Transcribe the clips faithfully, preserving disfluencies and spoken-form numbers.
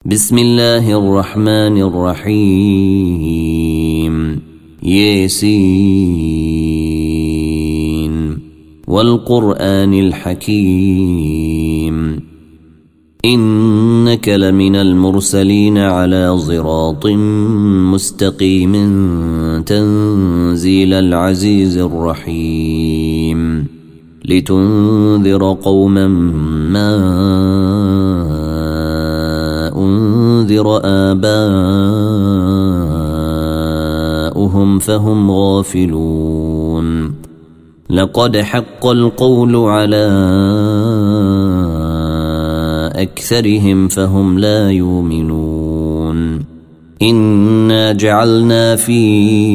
بسم الله الرحمن الرحيم ياسين والقرآن الحكيم إنك لمن المرسلين على صراط مستقيم تنزيل العزيز الرحيم لتنذر قوما ما أنذر آباؤهم فهم غافلون لقد حق القول على أكثرهم فهم لا يؤمنون إنا جعلنا في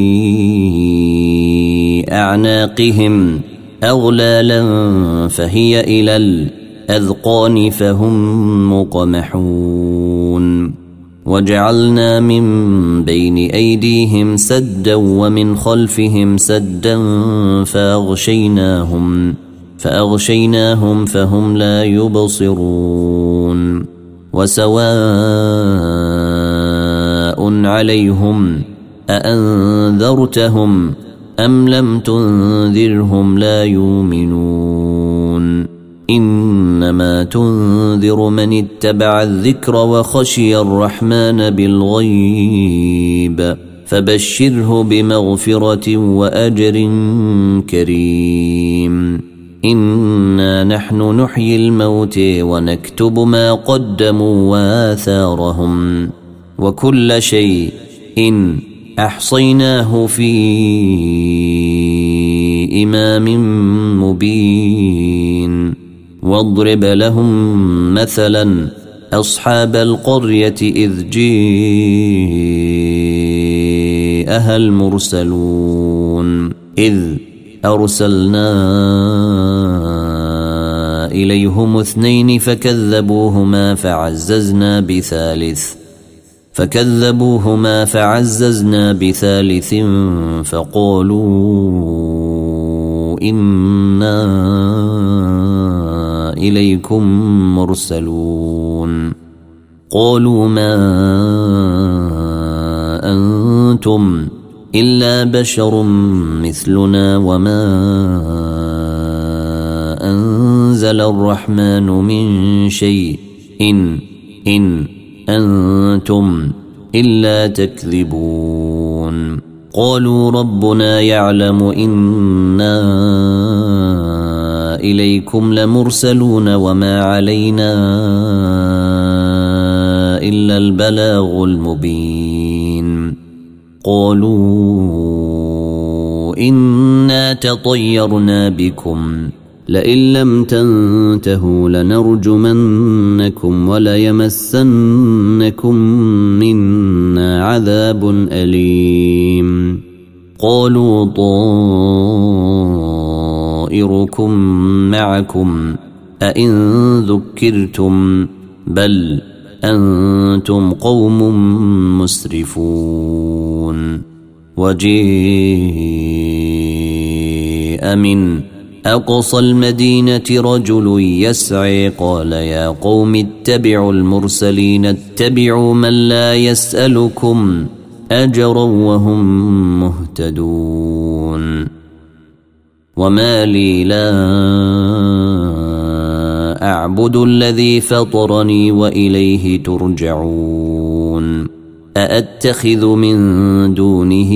أعناقهم أغلالا فهي إلى الأذقان فهم مقمحون وجعلنا من بين أيديهم سدا ومن خلفهم سدا فأغشيناهم فأغشيناهم فهم لا يبصرون وسواء عليهم أأنذرتهم أم لم تنذرهم لا يؤمنون إنما تنذر من اتبع الذكر وخشي الرحمن بالغيب فبشره بمغفرة وأجر كريم إنا نحن نحيي الموت ونكتب ما قدموا وآثارهم وكل شيء إن أحصيناه في إمام مبين واضرب لهم مثلا أصحاب القرية إذ جاءها المرسلون إذ أرسلنا إليهم اثنين فكذبوهما فعززنا بثالث فكذبوهما فعززنا بثالث فقالوا إنا إليكم مرسلون قالوا ما أنتم إلا بشر مثلنا وما أنزل الرحمن من شيء إن إن أنتم إلا تكذبون قالوا ربنا يعلم إنا إليكم لمرسلون وما علينا إلا البلاغ المبين قالوا إنا تطيرنا بكم لئن لم تنتهوا لنرجمنكم وليمسنكم منا عذاب أليم قالوا طائركم معكم أئن ذكرتم بل أنتم قوم مسرفون وجيء من أقصى المدينة رجل يسعي قال يا قوم اتبعوا المرسلين اتبعوا من لا يسألكم أجرا وهم مهتدون وما لي لا أعبد الذي فطرني وإليه ترجعون أأتخذ من دونه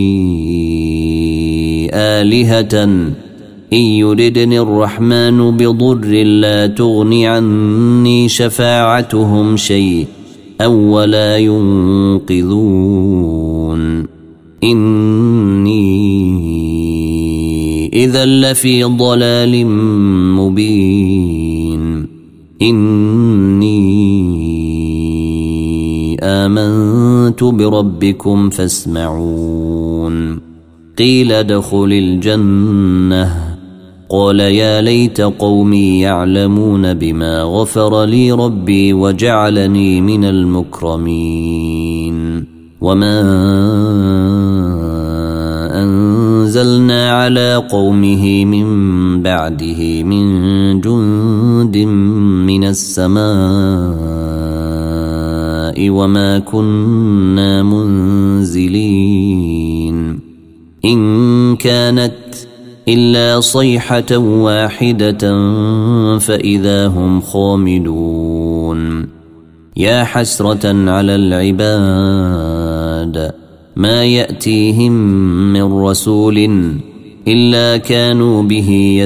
آلهة إن يردني الرحمن بضر لا تغني عني شفاعتهم شيء أو ولا ينقذون إني إذا لفي ضلال مبين إني آمنت بربكم فاسمعون قيل ادخل الجنة قال يا ليت قومي يعلمون بما غفر لي ربي وجعلني من المكرمين وما أنزلنا على قومه من بعده من جند من السماء الملأ وما كنا منزلين إن كانت إلا صيحة واحدة فإذا هم خامدون يا حسرة على العباد ما يأتيهم من رسول إلا كانوا به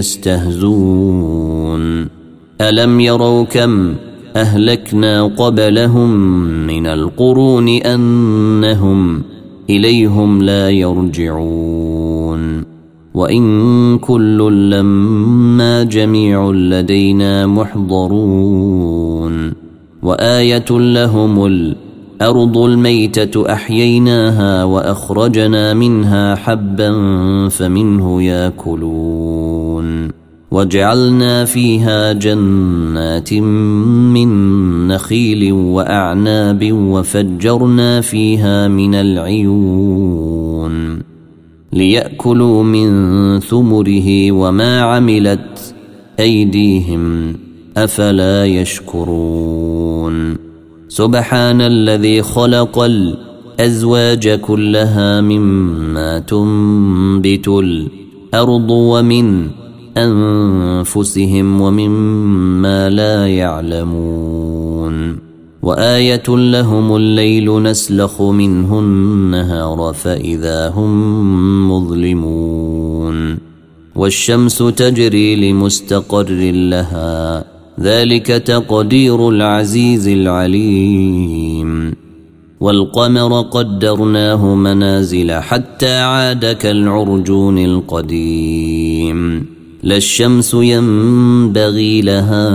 يستهزون ألم يروا كم أهلكنا قبلهم من القرون أنهم إليهم لا يرجعون وإن كل لما جميع لدينا محضرون وآية لهم الأرض الميتة أحييناها وأخرجنا منها حبا فمنه يأكلون وجعلنا فيها جنات من نخيل وأعناب وفجرنا فيها من العيون ليأكلوا من ثمره وما عملت أيديهم أفلا يشكرون سبحان الذي خلق الأزواج كلها مما تنبت الأرض ومن أنفسهم ومما لا يعلمون وآية لهم الليل نسلخ منه النهار فإذا هم مظلمون والشمس تجري لمستقر لها ذلك تقدير العزيز العليم والقمر قدرناه منازل حتى عاد كالعرجون القديم لا الشمس ينبغي لها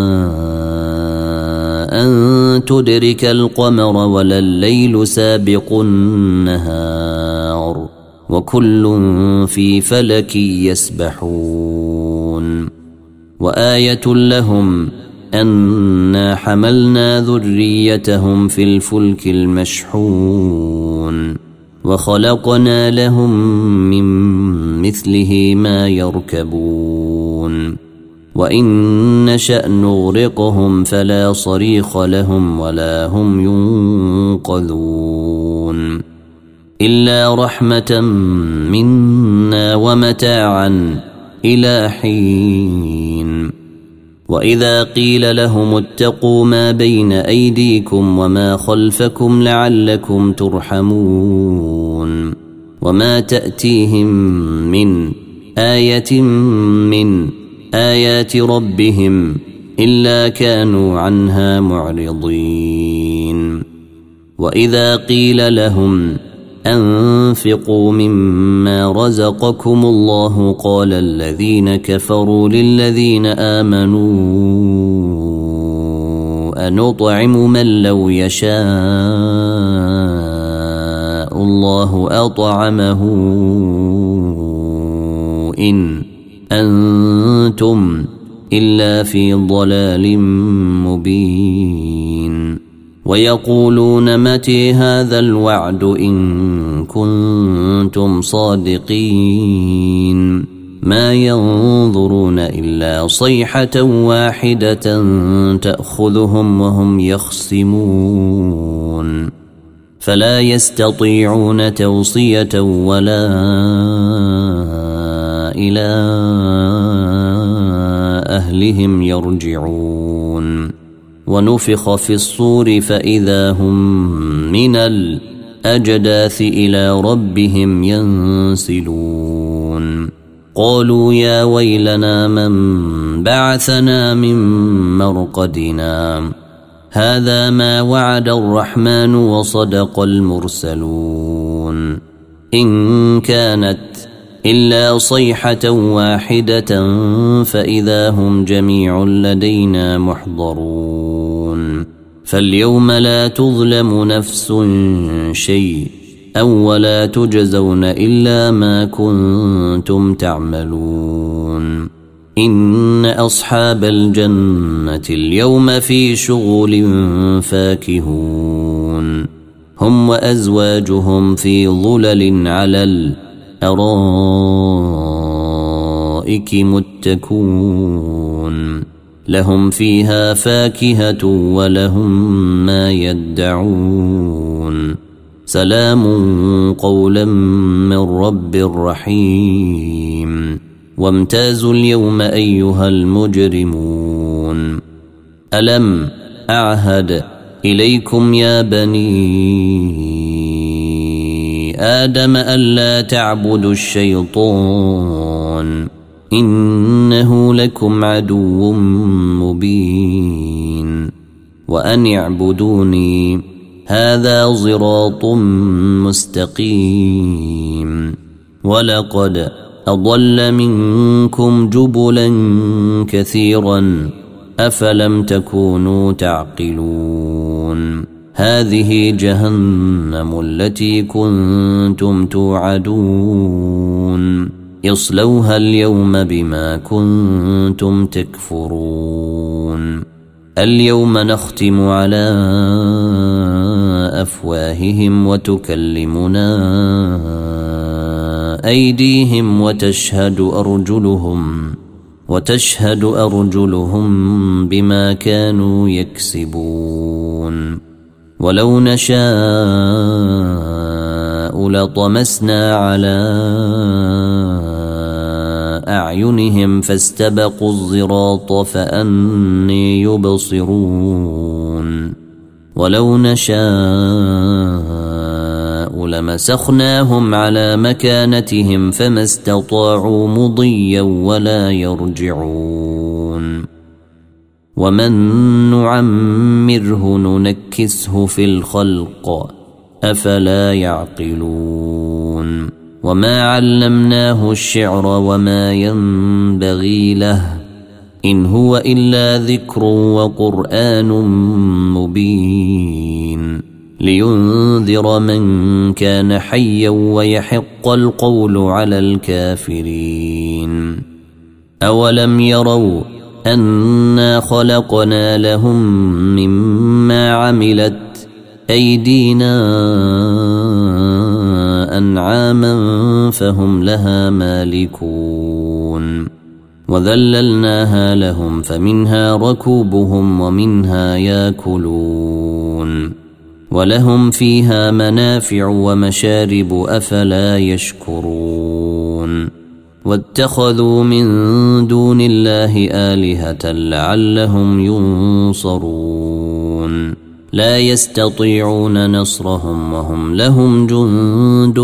أن تدرك القمر ولا الليل سابق النهار وكل في فلك يسبحون وآية لهم أنا حملنا ذريتهم في الفلك المشحون وخلقنا لهم من مثله ما يركبون وإن نشأ نغرقهم فلا صريخ لهم ولا هم ينقذون إلا رحمة منا ومتاعا إلى حين وإذا قيل لهم اتقوا ما بين أيديكم وما خلفكم لعلكم ترحمون وما تأتيهم من آية من آيات ربهم إلا كانوا عنها معرضين وإذا قيل لهم أنفقوا مما رزقكم الله قال الذين كفروا للذين آمنوا أنطعم من لو يشاء الله أطعمه إن أنتم إلا في ضلال مبين ويقولون متى هذا الوعد إن كنتم صادقين ما ينظرون إلا صيحة واحدة تأخذهم وهم يخصمون فلا يستطيعون توصية ولا إلى أهلهم يرجعون ونفخ في الصور فإذا هم من الأجداث إلى ربهم ينسلون قالوا يا ويلنا من بعثنا من مرقدنا هذا ما وعد الرحمن وصدق المرسلون إن كانت إلا صيحة واحدة فإذا هم جميع لدينا محضرون فاليوم لا تظلم نفس شيء أو ولا تجزون إلا ما كنتم تعملون إن أصحاب الجنة اليوم في شغل فاكهون هم وأزواجهم في ظلل على الأرائك متكون لهم فيها فاكهة ولهم ما يدعون سلام قولا من رب رحيم وامتازوا اليوم أيها المجرمون ألم أعهد إليكم يا بني آدم ألا تعبدوا الشيطان إنه لكم عدو مبين وأن اعبدوني هذا صراط مستقيم ولقد أضل منكم جبلا كثيرا أفلم تكونوا تعقلون هذه جهنم التي كنتم توعدون اصلوها اليوم بما كنتم تكفرون اليوم نختم على أفواههم وتكلمنا أيديهم وتشهد أرجلهم وتشهد أرجلهم بما كانوا يكسبون ولو نشاء لطمسنا على أعينهم فاستبقوا الصراط فأني يبصرون ولو نشاء لمسخناهم على مكانتهم فما استطاعوا مضيا ولا يرجعون ومن نعمره ننكسه في الخلق أفلا يعقلون وما علمناه الشعر وما ينبغي له إن هو إلا ذكر وقرآن مبين لينذر من كان حيا ويحق القول على الكافرين أولم يروا أنا خلقنا لهم مما عملت أيدينا أنعاما فهم لها مالكون وذللناها لهم فمنها ركوبهم ومنها ياكلون ولهم فيها منافع ومشارب أفلا يشكرون واتخذوا من دون الله آلهة لعلهم ينصرون لا يستطيعون نصرهم وهم لهم جند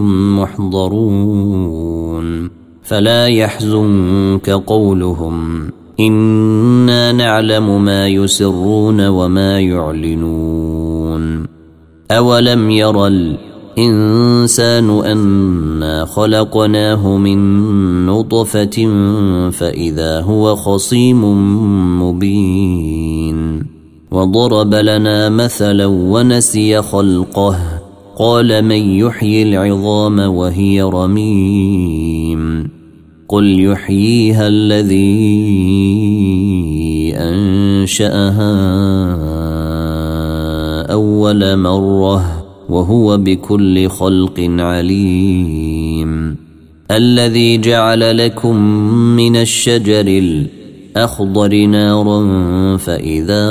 محضرون فلا يحزنك قولهم إنا نعلم ما يسرون وما يعلنون أولم يرى الإنسان أنا خلقناه من نطفة فإذا هو خصيم مبين وضرب لنا مثلا ونسي خلقه قال من يحيي العظام وهي رميم قل يحييها الذي أنشأها أول مرة وهو بكل خلق عليم الذي جعل لكم من الشجر الأخضر نارا فإذا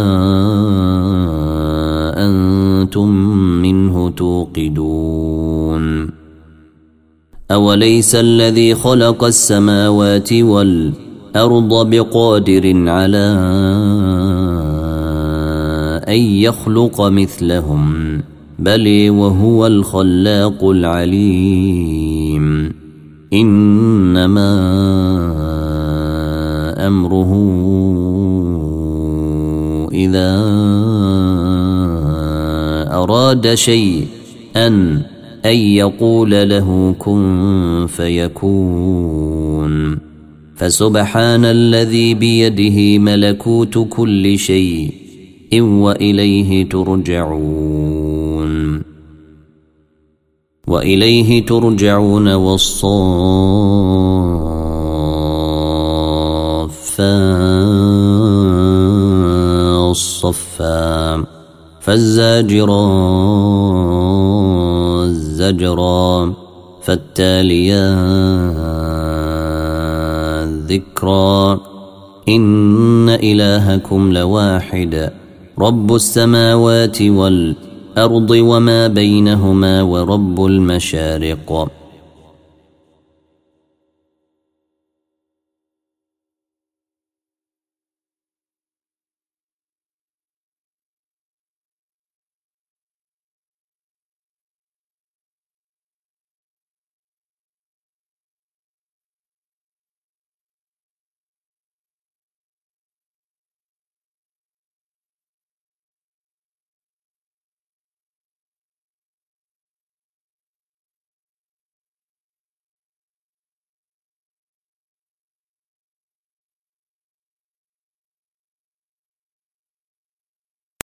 أنتم منه توقدون أوليس الذي خلق السماوات والأرض بقادر على أن يخلق مثلهم بل وهو الخلاق العليم إنما أمره إذا أراد شيئا أن يقول له كن فيكون فسبحان الذي بيده ملكوت كل شيء وإليه ترجعون وإليه ترجعون والصافات صفا فالزاجرات زجرا فالتاليات ذكرا إن إلهكم لواحد رب السماوات والأرض وما بينهما ورب المشارق